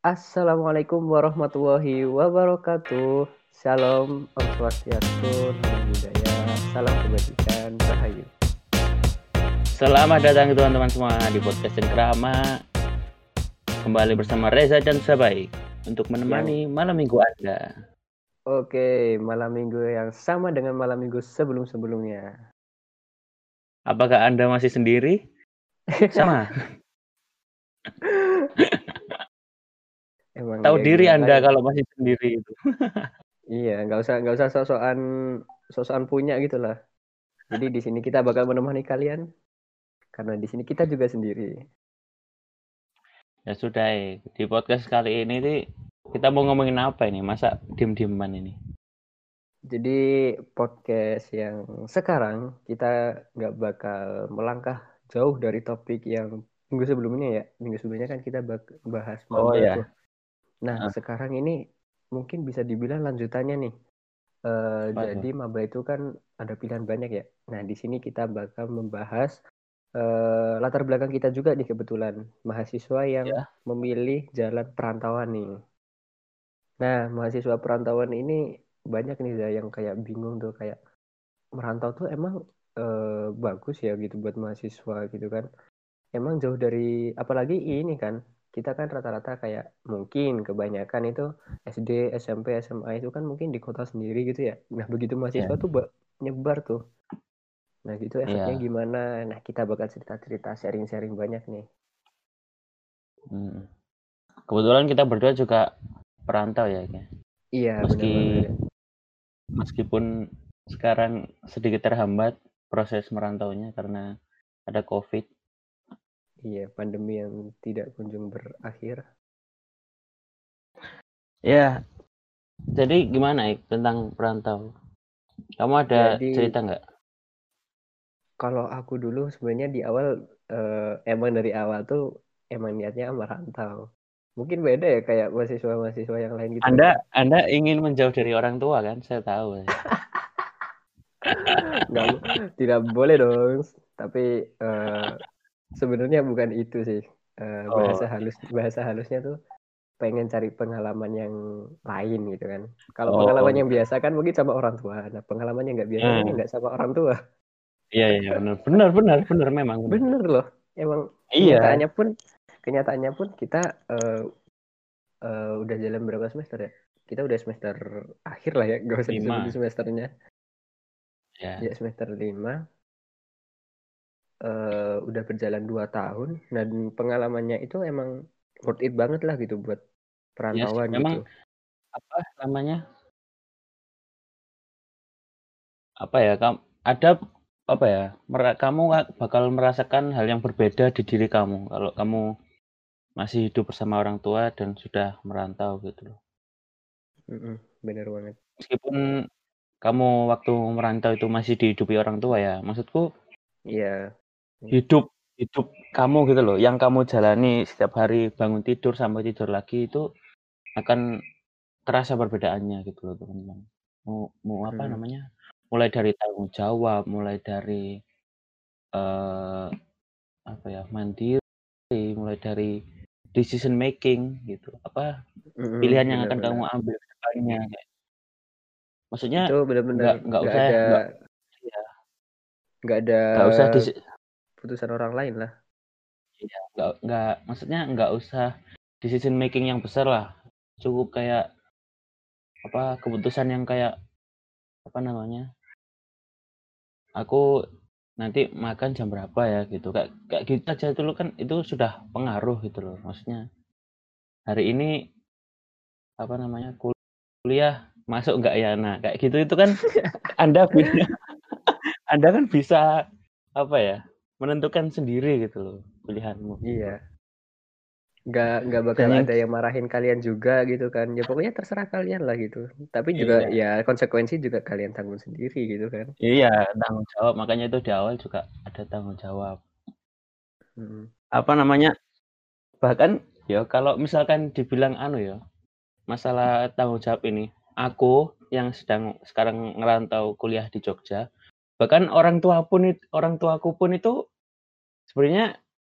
Assalamualaikum warahmatullahi wabarakatuh. Shalom, Om Swastiastu, Namo Buddhaya, salam kebajikan, Rahayu. Selamat datang teman-teman semua di podcast Cengkrama. Kembali bersama Reza dan Sabai untuk menemani malam minggu Anda. Oke, malam minggu yang sama dengan malam minggu sebelum-sebelumnya. Apakah Anda masih sendiri? Sama. Emang Tahu ya diri gimana Anda ya? kalau masih sendiri itu. Iya, nggak usah sosokan punya gitu lah. Jadi di sini kita bakal menemani kalian karena di sini kita juga sendiri. Ya sudah, di podcast kali ini kita mau ngomongin apa ini? Masa diem-dieman ini? Jadi podcast yang sekarang kita nggak bakal melangkah jauh dari topik yang minggu sebelumnya ya. Minggu sebelumnya kan kita bahas Oh maba tuh. ya. Nah sekarang ini mungkin bisa dibilang lanjutannya nih. Jadi maba itu kan ada pilihan banyak ya. Nah di sini kita bakal membahas latar belakang kita juga nih kebetulan mahasiswa yang memilih jalan perantauan nih. Nah mahasiswa perantauan ini banyak nih yang kayak bingung tuh kayak merantau tuh emang bagus ya gitu buat mahasiswa gitu kan. Emang jauh dari apalagi ini kan kita kan rata-rata kayak mungkin kebanyakan itu SD, SMP, SMA itu kan mungkin di kota sendiri gitu ya. Nah begitu mahasiswa tuh nyebar tuh. Nah gitu efeknya gimana? Nah kita bakal cerita-cerita, sharing-sharing banyak nih. Kebetulan kita berdua juga perantau ya. Iya benar banget. Meskipun sekarang sedikit terhambat proses merantaunya karena ada COVID. Iya, pandemi yang tidak kunjung berakhir. Ya, jadi gimana tentang perantau? Kamu ada cerita nggak? Kalau aku dulu sebenarnya di awal emang dari awal tuh emang niatnya merantau. Mungkin beda ya kayak mahasiswa-mahasiswa yang lain gitu. Anda ingin menjauh dari orang tua kan? Saya tahu. Nggak, tidak boleh dong. Tapi sebenarnya bukan itu sih. Bahasa halusnya tuh pengen cari pengalaman yang lain gitu kan. Kalau pengalaman yang biasa kan mungkin sama orang tua. Nah pengalaman yang nggak biasa mungkin nggak sama orang tua. Iya benar memang. Bener loh. Emang Iya. kenyataannya pun kita udah jalan berapa semester ya? Kita udah semester akhir lah ya, gak usah disebut semesternya. Ya semester 5. Udah berjalan 2 tahun dan pengalamannya itu emang worth it banget lah gitu buat perantauan memang, gitu. Apa namanya? Apa ya? Ada apa ya? Kamu bakal merasakan hal yang berbeda di diri kamu kalau kamu masih hidup bersama orang tua dan sudah merantau gitu loh. Bener banget. Meskipun kamu waktu merantau itu masih dihidupi orang tua ya, maksudku Iya. hidup kamu gitu loh, yang kamu jalani setiap hari bangun tidur sampai tidur lagi itu akan terasa perbedaannya gitu loh teman-teman. Mau apa namanya? Mulai dari tanggung jawab, mulai dari apa ya, mandiri, mulai dari decision making gitu. Apa pilihan yang akan kamu Benar-benar. ambil ke depannya kayak. Maksudnya Itu benar-benar nggak nggak usah ada ya, nggak ada nggak usah putusan orang lain lah. iya, nggak maksudnya nggak usah decision making yang besar lah. Cukup kayak apa keputusan yang kayak apa namanya? Aku nanti makan jam berapa ya gitu. Kayak gitu aja dulu kan itu sudah pengaruh gitu loh. Maksudnya hari ini apa namanya? Kuliah masuk nggak ya? Nah, kayak gitu itu kan Anda bisa Anda kan bisa apa ya? Menentukan sendiri gitu loh pilihanmu. Iya. Nggak bakal ada yang marahin kalian juga gitu kan ya pokoknya terserah kalian lah gitu tapi juga ya konsekuensi juga kalian tanggung sendiri gitu kan. Iya, tanggung jawab. Makanya itu di awal juga ada tanggung jawab. Apa namanya? Bahkan ya kalau misalkan dibilang ya, masalah tanggung jawab ini, aku yang sedang sekarang ngerantau kuliah di Jogja, bahkan orang tuaku pun itu sebenarnya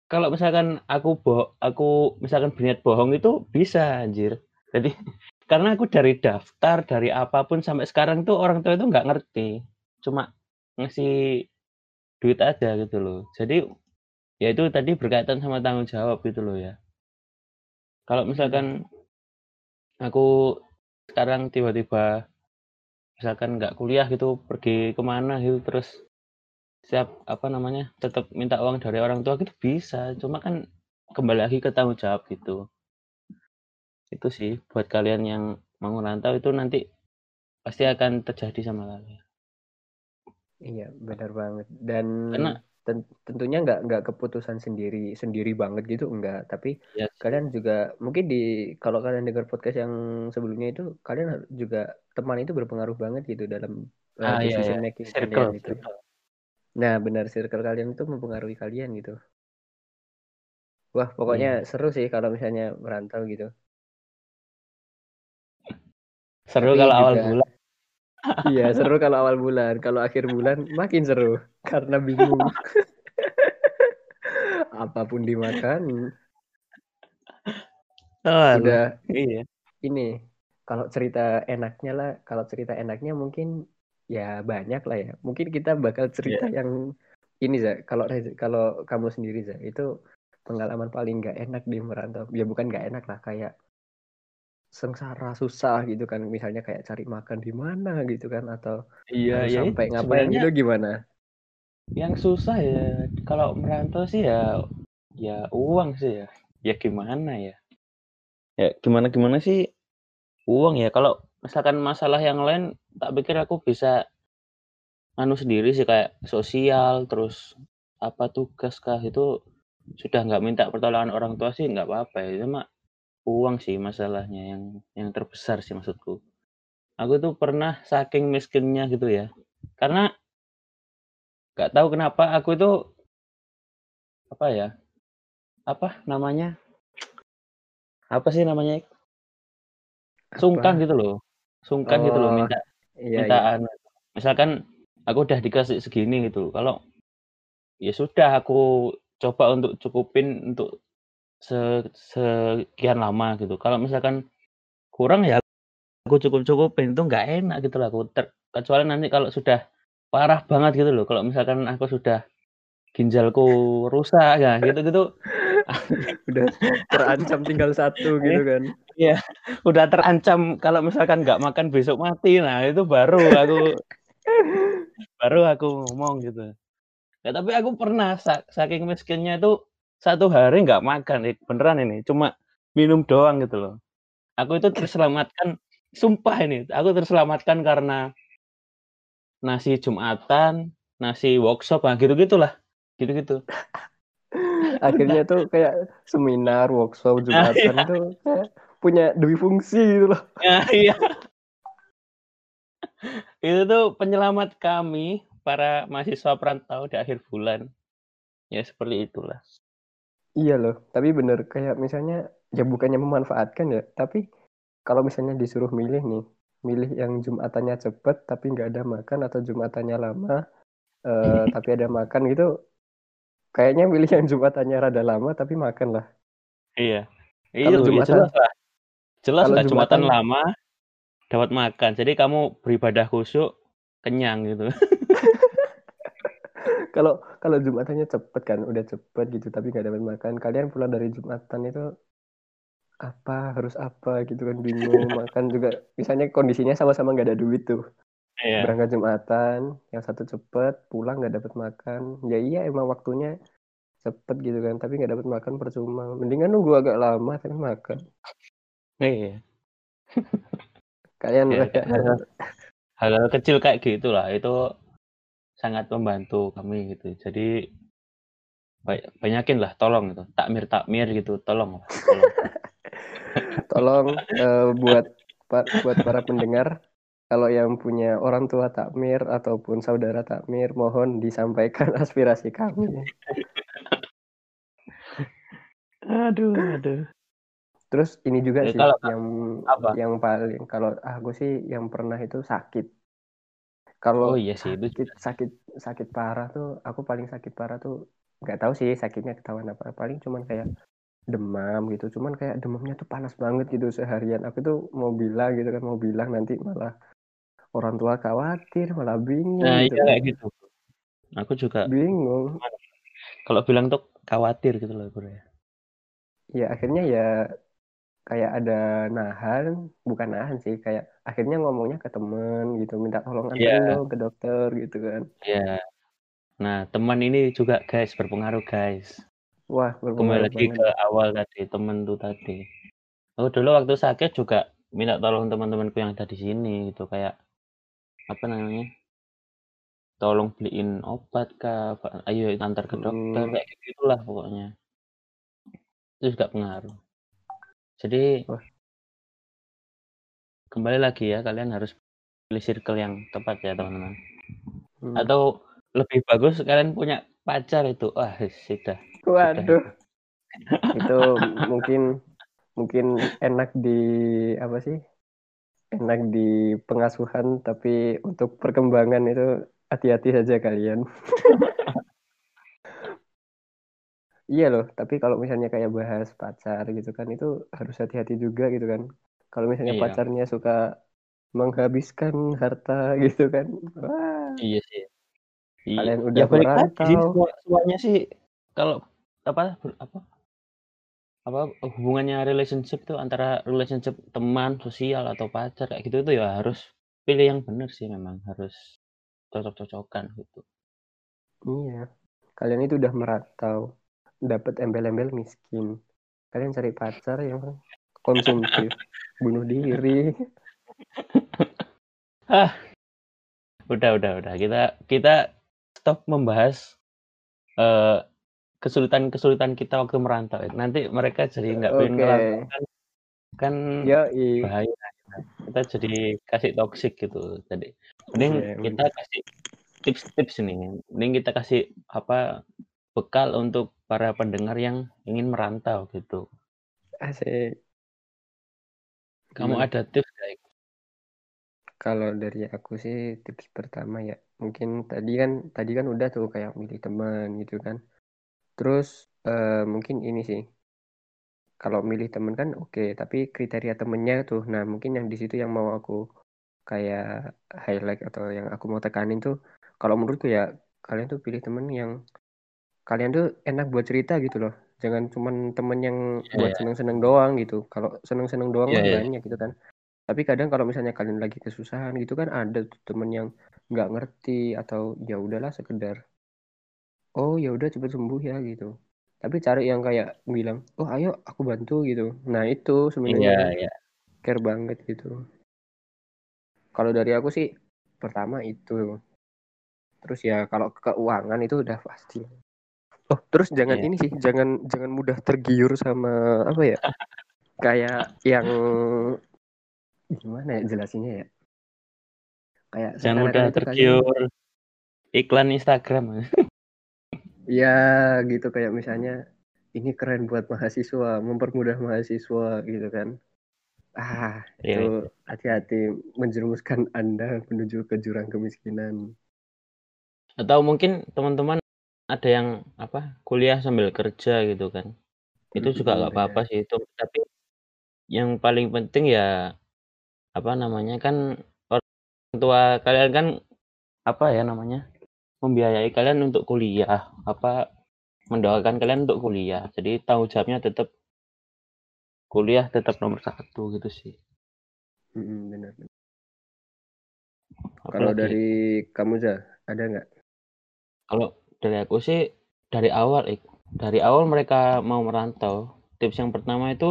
kalau misalkan aku misalkan berniat bohong itu bisa anjir. Jadi karena aku dari daftar, dari apapun sampai sekarang tuh orang tua itu nggak ngerti. Cuma ngasih duit aja gitu loh. Jadi ya itu tadi berkaitan sama tanggung jawab gitu loh ya. Kalau misalkan aku sekarang tiba-tiba misalkan nggak kuliah gitu, pergi kemana gitu, terus siap apa namanya tetap minta uang dari orang tua gitu bisa. Cuma kan kembali lagi ke tanggung jawab gitu. Itu sih buat kalian yang mau ngerantau itu nanti pasti akan terjadi sama kalian. Iya, benar banget. Dan Karena tentunya nggak keputusan sendiri banget gitu, enggak. Tapi ya sih. kalian juga mungkin kalau kalian dengar podcast yang sebelumnya itu, kalian juga teman itu berpengaruh banget gitu dalam Iya ya, decision making kalian circle, itu. circle. Nah, benar circle kalian itu mempengaruhi kalian gitu. Wah, pokoknya Iya. seru sih kalau misalnya merantau gitu. Seru Tapi kalau awal juga bulan. iya seru kalau awal bulan, kalau akhir bulan makin seru karena bingung apapun dimakan. Alah. Udah Iya. ini kalau cerita enaknya mungkin ya banyak lah ya. Mungkin kita bakal cerita Iya. yang ini Za. Kalau kamu sendiri Za, itu pengalaman paling nggak enak di merantau. Ya bukan nggak enak lah, kayak sengsara susah gitu kan. Misalnya kayak cari makan di mana gitu kan, atau Iya, harus ya sampai itu ngapain sebenarnya gitu gimana? yang susah ya kalau merantau sih ya uang sih ya. Ya gimana ya? Ya gimana sih uang ya. Kalau misalkan masalah yang lain tak pikir aku bisa sendiri sih kayak sosial terus apa tugas kah itu sudah nggak minta pertolongan orang tua sih nggak apa-apa ya. Cuma uang sih masalahnya yang terbesar sih maksudku. Aku tuh pernah saking miskinnya gitu ya. Karena nggak tahu kenapa aku itu apa ya? Apa namanya? Apa sih namanya? Sungkan Apa? gitu loh. Sungkan gitu loh Oh, minta iya minta iya. anu. Misalkan aku udah dikasih segini gitu. Kalau ya sudah aku coba untuk cukupin untuk sekian lama gitu. Kalau misalkan kurang ya aku cukup-cukupin itu nggak enak gitu lah aku kecuali nanti kalau sudah parah banget gitu loh. Kalau misalkan aku sudah ginjalku rusak ya gitu-gitu. Udah terancam tinggal satu gitu kan. Iya, udah terancam kalau misalkan nggak makan besok mati. Nah, itu baru aku ngomong gitu. Ya, tapi aku pernah saking miskinnya itu satu hari nggak makan, beneran ini, cuma minum doang gitu loh. Aku itu terselamatkan, sumpah ini, aku terselamatkan karena nasi Jumatan, nasi workshop, nah gitu-gitulah, gitu-gitu. Akhirnya Udah. tuh kayak seminar, workshop, Nah, Jumatan iya, itu kayak punya dui fungsi gitu loh. nah, iya. Itu tuh penyelamat kami para mahasiswa perantau di akhir bulan. Ya seperti itulah. Iya loh, tapi bener kayak misalnya ya bukannya memanfaatkan ya, tapi kalau misalnya disuruh milih nih, milih yang Jumatannya cepet tapi nggak ada makan, atau Jumatannya lama tapi ada makan gitu, kayaknya milih yang Jumatannya rada lama tapi makan lah. Iya. Kalau Itu ya Jumatan, jelas lah. Jelas kalau lah Jumatan Jumatan, lama dapat makan. Jadi kamu beribadah khusyuk kenyang gitu. kalau kalau Jumatannya cepet kan, udah cepet gitu tapi nggak dapat makan, kalian pulang dari Jumatan itu harus apa gitu kan, bingung. Makan juga misalnya kondisinya sama-sama nggak ada duit tuh, Iya. berangkat Jumatan, yang satu cepet pulang nggak dapat makan, ya iya emang waktunya cepet gitu kan, tapi nggak dapat makan percuma, mendingan nunggu agak lama tapi makan. Iya. Kalian Ya kayak hal-hal kecil kayak gitu lah. Itu sangat membantu kami gitu. Jadi banyakin lah tolong gitu. Takmir gitu. Tolong lah. Tolong. tolong buat para pendengar, kalau yang punya orang tua takmir ataupun saudara takmir, mohon disampaikan aspirasi kami. Aduh, aduh. Terus ini juga Ya, sih kalau yang apa? paling, kalau aku sih yang pernah itu sakit. Kalau Oh iya sih itu sakit juga sih. sakit sakit parah tuh, aku paling sakit parah tuh nggak tahu sih sakitnya ketahuan apa, paling cuman kayak demam gitu, cuman kayak demamnya tuh panas banget gitu seharian. Aku tuh mau bilang gitu kan, mau bilang nanti malah orang tua khawatir, malah bingung Nah, gitu iya kan. kayak gitu. Aku juga Bingung. kalau bilang tuh khawatir gitu loh, Bro ya. Ya akhirnya ya kayak ada nahan, bukan nahan sih, kayak akhirnya ngomongnya ke temen gitu, minta tolong anterin Iya, dong ke dokter gitu kan. iya. Nah, teman ini juga guys berpengaruh guys. Wah, Kembali berpengaruh lagi banget. ke awal tadi, temen tuh tadi. Aku dulu waktu sakit juga minta tolong teman-temanku yang ada di sini gitu, kayak apa namanya? Tolong beliin obat kah, ayo antar ke dokter, Hmm, kayak gitulah pokoknya. Itu juga pengaruh. Jadi wah, kembali lagi ya, kalian harus pilih circle yang tepat ya teman-teman. hmm. Atau lebih bagus kalian punya pacar itu, wah sudah Waduh, itu. itu mungkin mungkin enak di apa sih? Enak di pengasuhan, tapi untuk perkembangan itu hati-hati saja kalian. Iya loh, tapi kalau misalnya kayak bahas pacar gitu kan, itu harus hati-hati juga gitu kan. Kalau misalnya Iya, pacarnya suka menghabiskan harta gitu kan, wah, iya sih. kalian Ya udah balik lagi sih merantau. semuanya sih kalau apa hubungannya relationship tuh antara relationship teman, sosial atau pacar kayak gitu tuh ya harus pilih yang benar sih memang harus cocok-cocokan gitu. Iya, kalian itu udah merantau, dapat embel-embel miskin. Kalian cari pacar yang konsumtif, bunuh diri. Ah, udah. Kita stop membahas eh, kesulitan-kesulitan kita waktu merantau. Nanti mereka jadi nggak pengen Oke, ngerantau kan yoi. bahaya. Kita jadi kasih toxic gitu. Jadi mending Iya, kita bener. kasih tips-tips nih. Mending kita kasih apa bekal untuk para pendengar yang ingin merantau gitu. Asik. Kamu Gimana? ada tips nggak? Kalau dari aku sih tips pertama ya, mungkin tadi kan udah tuh kayak milih teman gitu kan. Terus mungkin ini sih, kalau milih teman kan oke, tapi kriteria temennya tuh, nah mungkin yang di situ yang mau aku kayak highlight atau yang aku mau tekanin tuh, kalau menurutku ya kalian tuh pilih temen yang kalian tuh enak buat cerita gitu loh. Jangan cuman temen yang Iya, buat iya. seneng-seneng doang gitu. Kalau seneng-seneng doang Iya, mah iya. banyak gitu kan. Tapi kadang kalau misalnya kalian lagi kesusahan gitu kan ada tuh temen yang nggak ngerti atau ya udahlah sekedar oh ya udah cepet sembuh ya gitu. Tapi cari yang kayak bilang, "Oh, ayo aku bantu" gitu. Nah, itu sebenarnya Iya, yang iya. care banget gitu. Kalau dari aku sih pertama itu. Terus ya kalau keuangan itu udah pasti. Oh, terus jangan Iya. ini sih, jangan jangan mudah tergiur sama apa ya? Kayak yang gimana ya jelasinnya ya? Kayak Jangan seakan-akan mudah itu kalian tergiur iklan Instagram. ya gitu kayak misalnya ini keren buat mahasiswa, mempermudah mahasiswa gitu kan. Ah, itu Iya, iya. hati-hati menjerumuskan Anda menuju ke jurang kemiskinan. Atau mungkin teman-teman ada yang apa kuliah sambil kerja gitu kan. Itu juga nggak apa-apa Bener. sih itu. Tapi yang paling penting ya apa namanya kan orang tua kalian kan apa ya namanya membiayai kalian untuk kuliah apa mendoakan kalian untuk kuliah. Jadi tanggung jawabnya tetap kuliah tetap nomor satu gitu sih. Bener. Kalau Apalagi dari kamu Zah, ada nggak? kalau dari aku sih dari awal mereka mau merantau tips yang pertama itu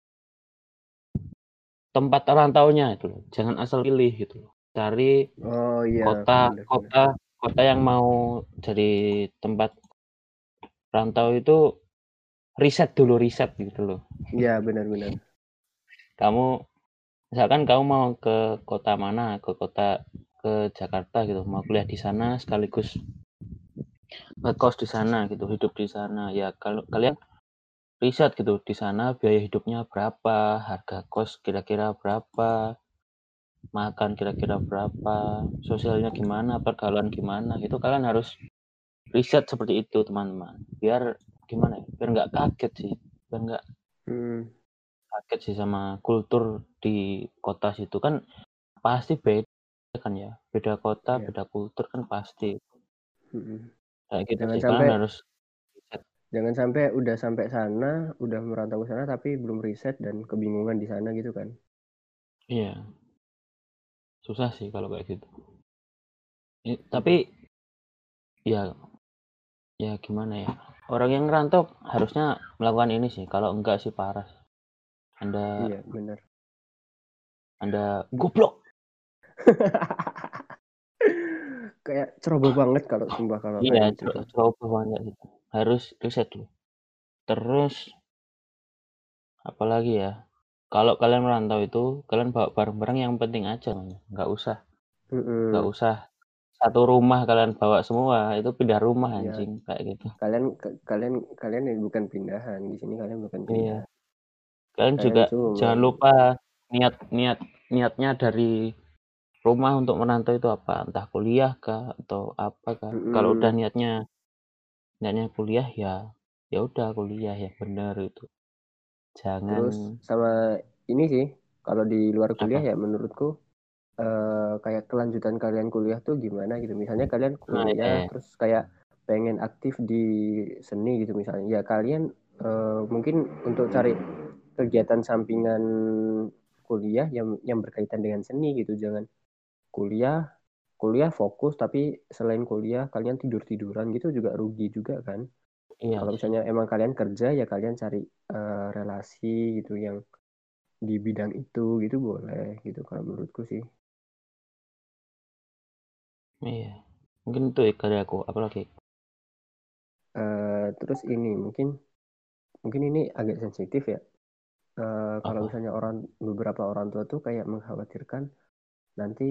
tempat rantaunya itu loh jangan asal pilih gitu loh cari Oh iya, kota bener. kota kota yang mau jadi tempat rantau itu riset gitu loh Iya, benar-benar. kamu misalkan kamu mau ke kota mana ke Jakarta gitu mau kuliah di sana sekaligus ngekos di sana gitu hidup di sana ya kalau kalian riset gitu di sana biaya hidupnya berapa harga kos kira-kira berapa makan kira-kira berapa sosialnya gimana pergaulan gimana itu kalian harus riset seperti itu teman-teman. Biar gimana ya? Biar nggak kaget sih. Biar nggak kaget sih sama kultur di kota situ kan pasti beda kan ya. Beda kota, beda kultur kan pasti. Kayak gitu Jangan sih. sampai Kalian harus riset. jangan sampai udah sampai sana, udah merantau ke sana tapi belum riset dan kebingungan di sana gitu kan. Iya. Susah sih kalau kayak gitu. Tapi ya gimana ya? Orang yang ngerantau harusnya melakukan ini sih. Kalau enggak sih parah. Iya, benar. Anda goblok. Kayak ceroboh banget kalau sumpah kalau Iya, kayak gitu tuh. ceroboh banget gitu. Harus riset dulu. Terus apalagi ya? Kalau kalian merantau itu, kalian bawa barang-barang yang penting aja, nggak usah satu rumah kalian bawa semua, itu pindah rumah Ya, anjing kayak gitu. kalian ini bukan pindahan di sini, kalian bukan Iya. pindahan. Kalian Kalian juga cuma jangan lupa niatnya dari rumah untuk merantau itu apa? Entah kuliah kah atau apa kah? Kalau udah niatnya kuliah ya udah kuliah ya benar itu. Jangan terus sama ini sih, kalau di luar kuliah apa? ya menurutku kayak kelanjutan kalian kuliah tuh gimana gitu. Misalnya kalian Nah, kuliah terus kayak pengen aktif di seni gitu misalnya. Ya kalian mungkin untuk cari kegiatan sampingan kuliah yang berkaitan dengan seni gitu. Jangan kuliah fokus tapi selain kuliah kalian tiduran gitu juga rugi juga kan. iya Kalau sih. misalnya emang kalian kerja ya kalian cari relasi gitu yang di bidang itu gitu boleh gitu kalau menurutku sih. Iya. Mungkin itu ya dari aku. Apalagi? Terus ini mungkin ini agak sensitif ya. Kalau Apa? misalnya beberapa orang tua tuh kayak mengkhawatirkan nanti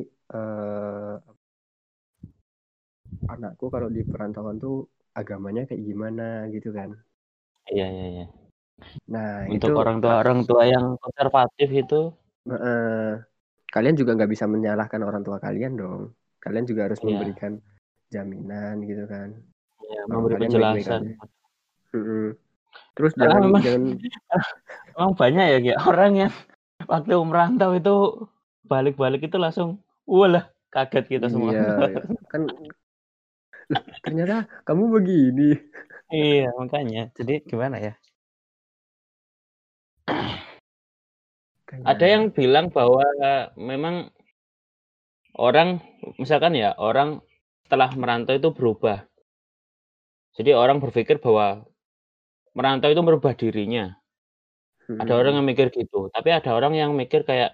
anakku kalau di perantauan tuh agamanya kayak gimana gitu kan. Iya, iya, iya. Nah Untuk itu orang tua yang konservatif itu, kalian juga nggak bisa menyalahkan orang tua kalian dong. Kalian juga harus iya, memberikan jaminan gitu kan. iya, Kalau memberi kalian baik-baik penjelasan. aja. Mm-mm. Terus Karena jangan memang, jangan memang banyak ya kayak orang yang waktu merantau itu balik-balik itu langsung, walah, kaget kita semua. iya kan ternyata kamu begini. Iya, makanya. Jadi gimana ya? Ada yang Kayak bilang bahwa memang orang, misalkan ya, orang setelah merantau itu berubah. Jadi orang berpikir bahwa merantau itu merubah dirinya. Ada orang yang mikir gitu. Tapi ada orang yang mikir kayak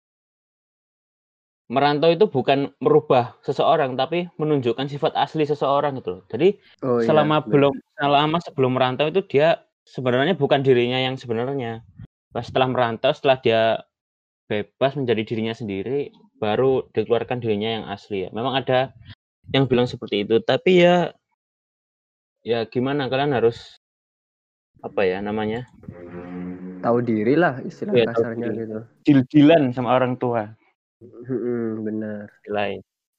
merantau itu bukan merubah seseorang, tapi menunjukkan sifat asli seseorang gitu loh. Jadi oh iya benar. selama sebelum merantau itu dia sebenarnya bukan dirinya yang sebenarnya. Pas setelah merantau, setelah dia bebas menjadi dirinya sendiri, baru dikeluarkan dirinya yang asli ya. Memang ada yang bilang seperti itu, tapi ya gimana, kalian harus apa ya namanya? Tahu diri lah istilah Ya tahu kasarnya diri. gitu. Deal-dealan sama orang tua. Benar. Lain.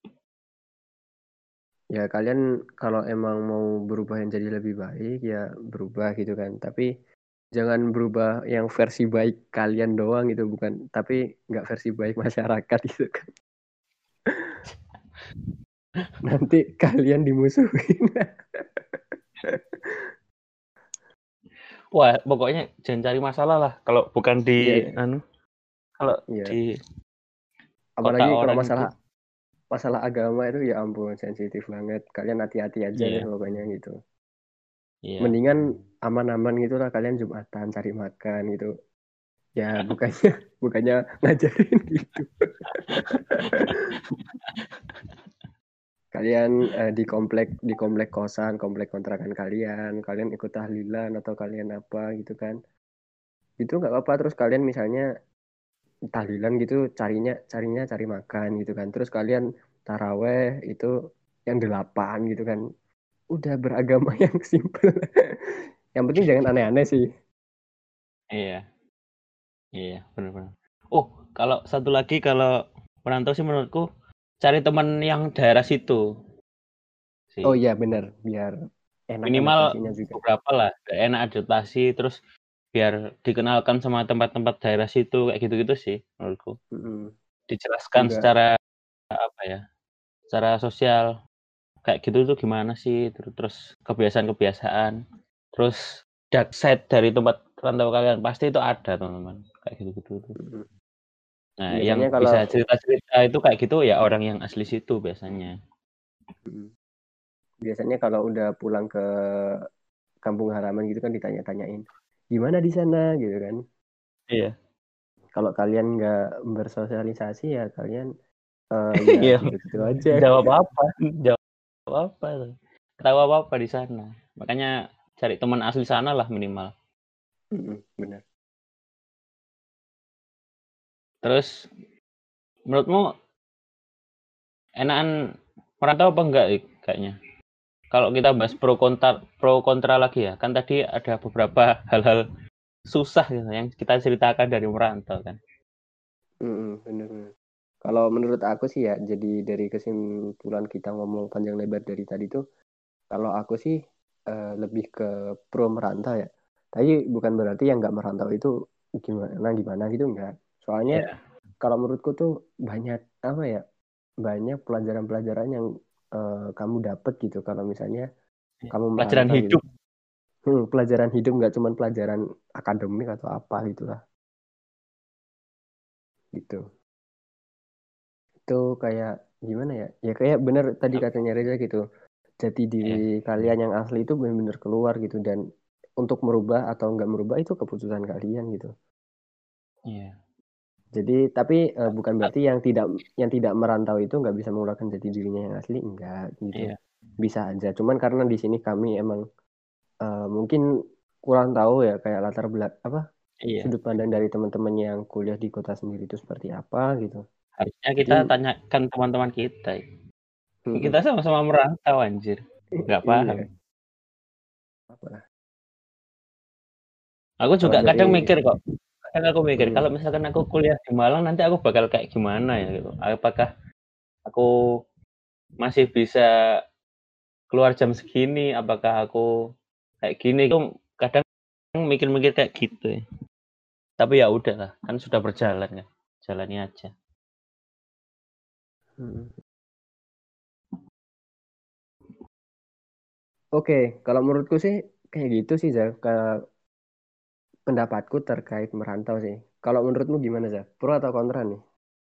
Ya kalian kalau emang mau berubah yang jadi lebih baik ya berubah gitu kan. Tapi jangan berubah yang versi baik kalian doang gitu bukan. Tapi nggak versi baik masyarakat gitu kan. Nanti kalian dimusuhin. Wah, pokoknya jangan cari masalah lah kalau bukan di Iya, kalau iya. di kota Apalagi kalau orang itu. masalah agama itu ya ampun sensitif banget. Kalian hati-hati aja deh Iya, pokoknya gitu. iya. Mendingan aman-aman gitu lah kalian Jumatan cari makan gitu. Ya bukannya bukannya ngajarin gitu. Kalian di komplek kosan, komplek kontrakan kalian ikut tahlilan atau kalian apa gitu kan. Itu nggak apa-apa terus kalian misalnya tahlilan gitu carinya cari makan gitu kan. Terus kalian taraweh itu yang 8 gitu kan. Udah beragama yang simple. Yang penting jangan aneh-aneh sih. Iya, iya, benar-benar. Oh, kalau satu lagi kalau merantau sih menurutku cari teman yang daerah situ. sih. Oh iya benar, biar enak Minimal adaptasinya juga. beberapa lah, biar enak adaptasi, terus biar dikenalkan sama tempat-tempat daerah situ kayak gitu-gitu sih menurutku. Mm-mm. Dijelaskan Juga secara apa ya? Secara sosial kayak gitu tuh gimana sih, terus kebiasaan-kebiasaan, terus dark side dari tempat rantau kalian pasti itu ada teman-teman kayak gitu-gitu tuh. mm-mm. Nah, Biasanya yang kalau bisa cerita-cerita itu kayak gitu ya orang yang asli situ biasanya. mm, biasanya kalau udah pulang ke kampung halaman gitu kan ditanya-tanyain gimana di sana gitu kan. Iya. Kalau kalian nggak bersosialisasi ya kalian ya Iya. gitu-gitu aja. Jawab apa? Jawab apa? Tahu apa di sana. Makanya cari teman asli sana lah minimal. Benar. Terus menurutmu enakan merantau apa enggak kayaknya? Kalau kita bahas pro kontra lagi ya, kan tadi ada beberapa hal-hal susah gitu yang kita ceritakan dari merantau kan. Benar. Kalau menurut aku sih ya, jadi dari kesimpulan kita ngomong panjang lebar dari tadi tuh, kalau aku sih lebih ke pro merantau ya. Tapi bukan berarti yang nggak merantau itu gimana gimana gitu enggak. Soalnya Iya. kalau menurutku tuh banyak apa ya, banyak pelajaran-pelajaran yang kamu dapat gitu kalau misalnya kamu Pelajaran merantau gitu. hidup. Pelajaran hidup nggak cuma pelajaran akademik atau apa gitulah gitu. Itu kayak gimana ya? Ya kayak bener tadi katanya Reza gitu. Jati diri Iya. kalian yang asli itu benar-benar keluar gitu dan untuk merubah atau nggak merubah itu keputusan kalian gitu. Iya. Jadi tapi bukan berarti yang tidak merantau itu nggak bisa mengeluarkan jati dirinya yang asli enggak gitu. Iya. Bisa aja. Cuman karena di sini kami emang mungkin kurang tahu ya kayak latar belakang apa Iya. sudut pandang dari teman-teman yang kuliah di kota sendiri itu seperti apa gitu. Harusnya Jadi kita tanyakan teman-teman kita. Kita mm-mm. sama-sama merantau anjir. Nggak paham. Iya, apa Aku kalau juga kadang dari mikir kok. Kadang aku mikir mm, kalau misalkan aku kuliah di Malang nanti aku bakal kayak gimana ya gitu. Apakah aku masih bisa keluar jam segini? Apakah aku kayak gini? Aku kadang mikir-mikir kayak gitu ya. Tapi ya udahlah, kan sudah berjalan kan. Jalani aja. mm. Oke, kalau menurutku sih kayak gitu sih Zak. Pendapatku terkait merantau sih. Kalau menurutmu gimana Zak? Pro atau kontra nih?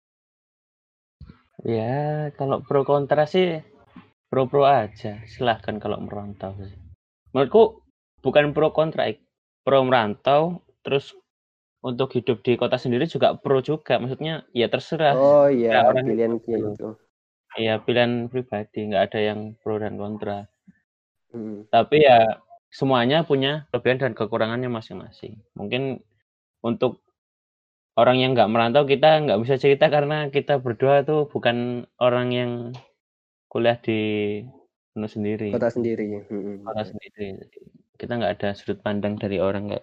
Ya, kalau pro kontra sih pro-pro aja. Silahkan kalau merantau sih. Menurutku bukan pro kontra, pro merantau, terus untuk hidup di kota sendiri juga pro juga. Maksudnya ya terserah. Oh iya, Ya orang pilihan itu kayak loh. itu. Iya pilihan pribadi, nggak ada yang pro dan kontra. Mm, Tapi ya semuanya punya kelebihan dan kekurangannya masing-masing. Mungkin untuk orang yang nggak merantau kita nggak bisa cerita karena kita berdua tuh bukan orang yang kuliah di sendiri, Kota sendiri. kota Benar. sendiri. Kita nggak ada sudut pandang dari orang kayak.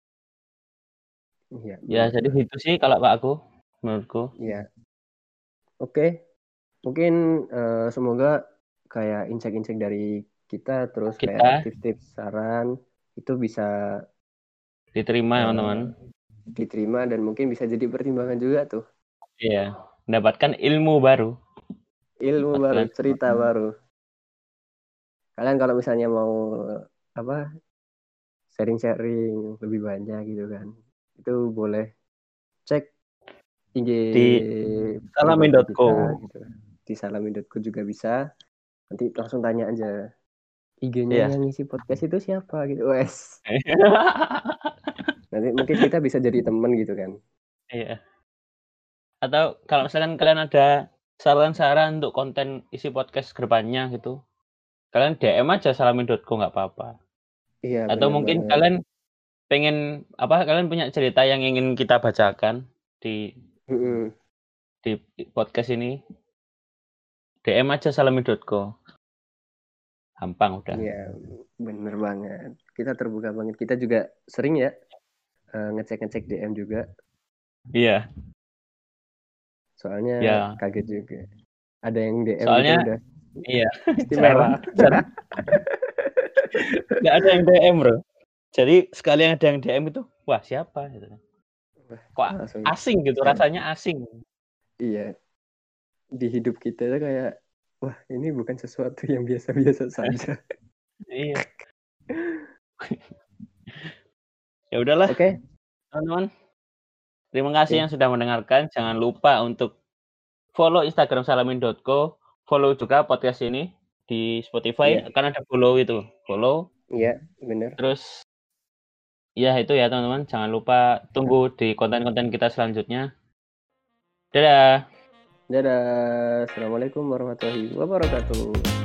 Iya, Ya jadi benar-benar. itu sih kalau Pak aku, menurutku. Iya, oke. Mungkin semoga kayak insight-insight dari kita terus kayak Kita tips-tips saran itu bisa diterima teman-teman. eh, diterima dan mungkin bisa jadi pertimbangan juga tuh. Iya, mendapatkan ilmu baru. Ilmu Buat baru, kalian semua. cerita baru. Kalian kalau misalnya mau apa sharing-sharing lebih banyak gitu kan, itu boleh cek IG Di pribadi salamin.co. kita gitu. Di salamin.co juga bisa. Nanti langsung tanya aja. IG-nya Iya. yang ngisi podcast itu siapa gitu, wes. Nanti mungkin kita bisa jadi temen gitu kan. Iya. Atau kalau misalkan kalian ada saran-saran untuk konten isi podcast kedepannya gitu, kalian DM aja salamin.co nggak apa-apa. Iya, Atau bener mungkin banget. kalian pengen apa? Kalian punya cerita yang ingin kita bacakan di Mm-mm. di podcast ini, DM aja salamin.co. Gampang udah. Iya, bener banget. Kita terbuka banget. Kita juga sering ya ngecek-ngecek DM juga. Iya, Soalnya ya. kaget juga. Ada yang DM kita Soalnya udah. Iya, Istimewa. jarang. Nggak ada yang DM, bro. Jadi sekali yang ada yang DM itu, wah siapa? Gitu. Kok Langsung asing gitu, rasanya asing. iya, di hidup kita tuh kayak wah ini bukan sesuatu yang biasa-biasa saja. Iya. Ya udahlah, Oke. teman-teman. Terima kasih Oke. yang sudah mendengarkan. Jangan lupa untuk follow Instagram salamin.co, follow juga podcast ini di Spotify, Iya, kan ada follow itu. Follow. iya, benar. Terus ya itu ya teman-teman, jangan lupa tunggu di konten-konten kita selanjutnya. Dadah. Dadah. Assalamualaikum warahmatullahi wabarakatuh.